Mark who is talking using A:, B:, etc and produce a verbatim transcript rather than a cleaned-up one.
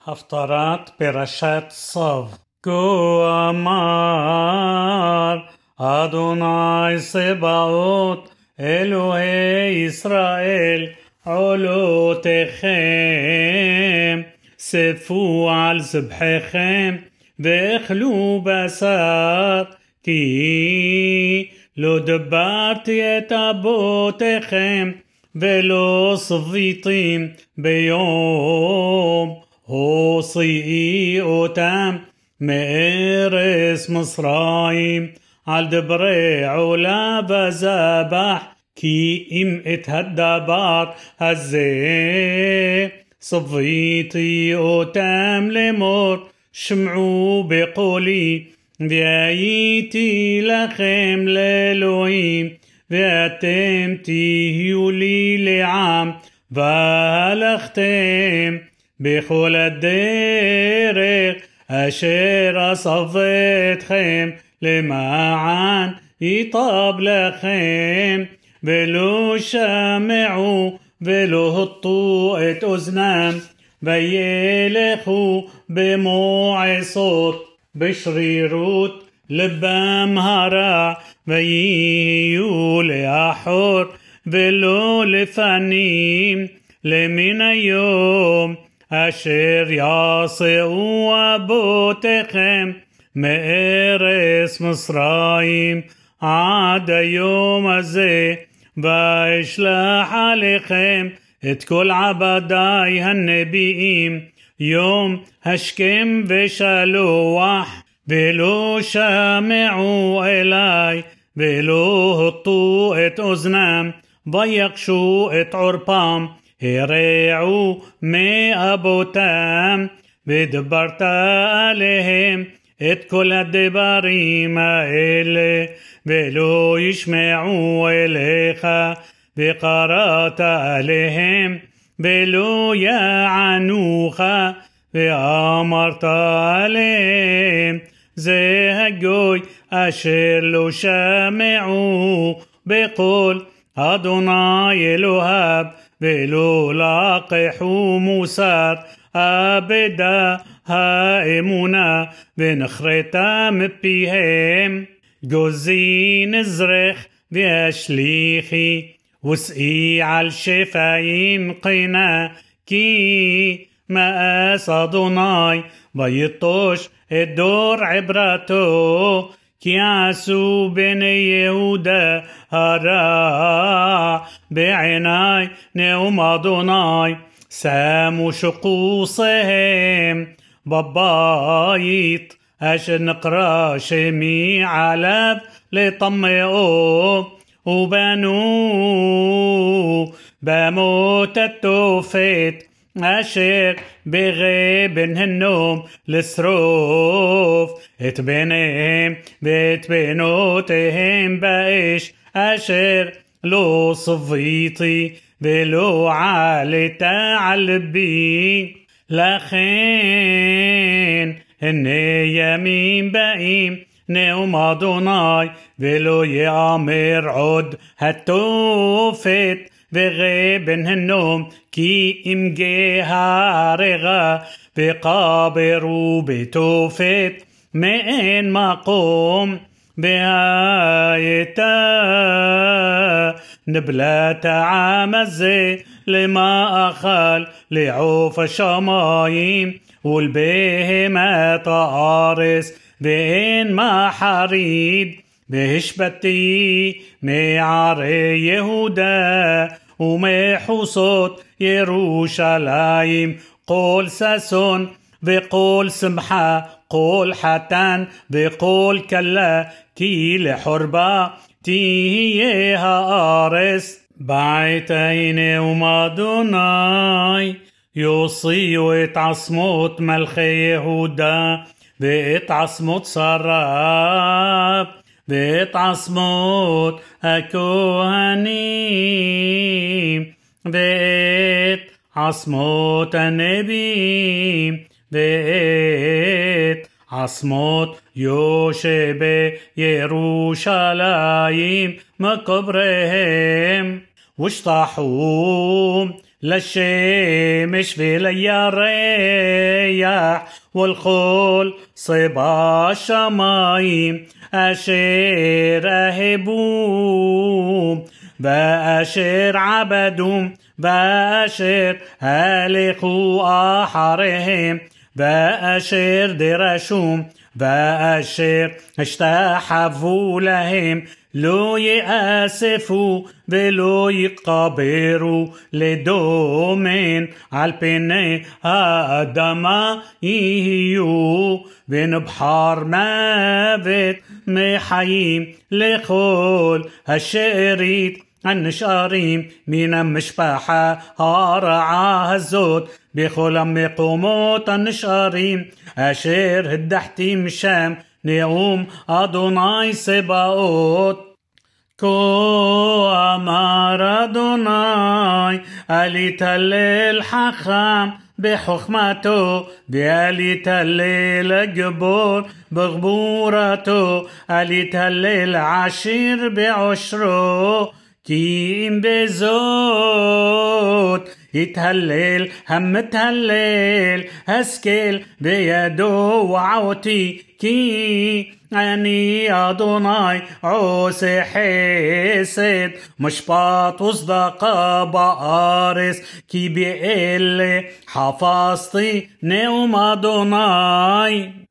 A: הפטרת פרשת צו. כה אמר אדוני צבאות אלוהי ישראל עולותיכם, ספו על זבחיכם ואכלו בשר, כי לא דברתי את אבותיכם ולא סביתם ביום הוציאי אותם מארץ מצרים על דברי עולה וזבח, כי אם את הדבר הזה סביתי אותם לאמור, שמעו בקולי והייתי לכם לאלוהים, ואתם תהיו לי לעם, והלכתם בכל הדרך אשר אספתכם למען ייטב לכם, ולא שמעו ולא הטו את אוזנם, וילכו במועצות בשרירות לבם הרע, ויהיו לאחור ולא לפנים, למן היום אשר יצאו אבותיכם מארץ מצרים עד היום הזה, ואשלח עליכם את כל עבדי הנביאים יום השכם ושלוח, ולא שמעו אלי ולא הטו את אוזנם, ויקשו את עורפם, הרעו מאבותם, ודברת עליהם את כל הדברים האלה, ולא ישמעו אליך, וקראת עליהם ולא יענוך, ואמרת עליהם זה הגוי אשר לא שמעו בקול אדוני אלוהיו, ולא לקחו מוסר, אבדה האמונה ונחרתה מפיהם. גוזי נזרך והשליחי, ושאי על שפעים קינה, כי מאס אדוני ויטוש את דור עברתו, כי עשו בני יהודה הרע בעיני נאום אדוני, שמו שقوصهم בבית אשר נקרא שמי עליו לטמאו, ובנו במות התופת אשר בגבן הנום לשרוף את בניהם ואת בנותיהם באש, אשר לא סביתי ולא עלית על לבי. לכן הנה ימים באים נאום אדוני, ולא יאמר עוד התופת וגבן הנום, כי אם גהרגה וקברו בתופת מאין מקום, והייתה נבלת העם הזה למאכל לעוף השמיים ולבהמת הארץ, ואין מחריד, והשבתי מערי יהודה ומחוסות ירושלים כל ששון וכל שמחה, כל חתן וכל כלה, כי לחורבה תהיה הארץ. בעתי נאום אדוני, יוציאו את עצמות מלכי יהודה ואת עצמות שריו ואת עצמות הכהנים ואת עצמות הנביאים ואת עצמות יושבי ירושלים מקובריהם, ושטחו לשמש ולירח הרוח ולכל صبا الشمايم أشير أهبوم بأشير عبدوم بأشير هلقوا أحرهم بأشير درشوم بأشير اشتحفوا لهم לא יאספו ולא יקברו לדומן על פני האדמה יהיו ונבחר מוות מחיים לכל השארית הנשארים מן המשפחה הרעה הזאת בכל המקומות הנשארים אשר הדחתי משם נאום אדוני סבאות. כה אמר אדוני אל יתהלל חכם בחוכמתו ואל יתהלל גיבור בגבורתו אל יתהלל עשיר בעושרו כי אם בזאת יתהלל המתהלל השכל בידו ועותי כי אני אדוני עושה חסד משפט וצדקה בארץ כי באלה חפשתי נאום אדוני.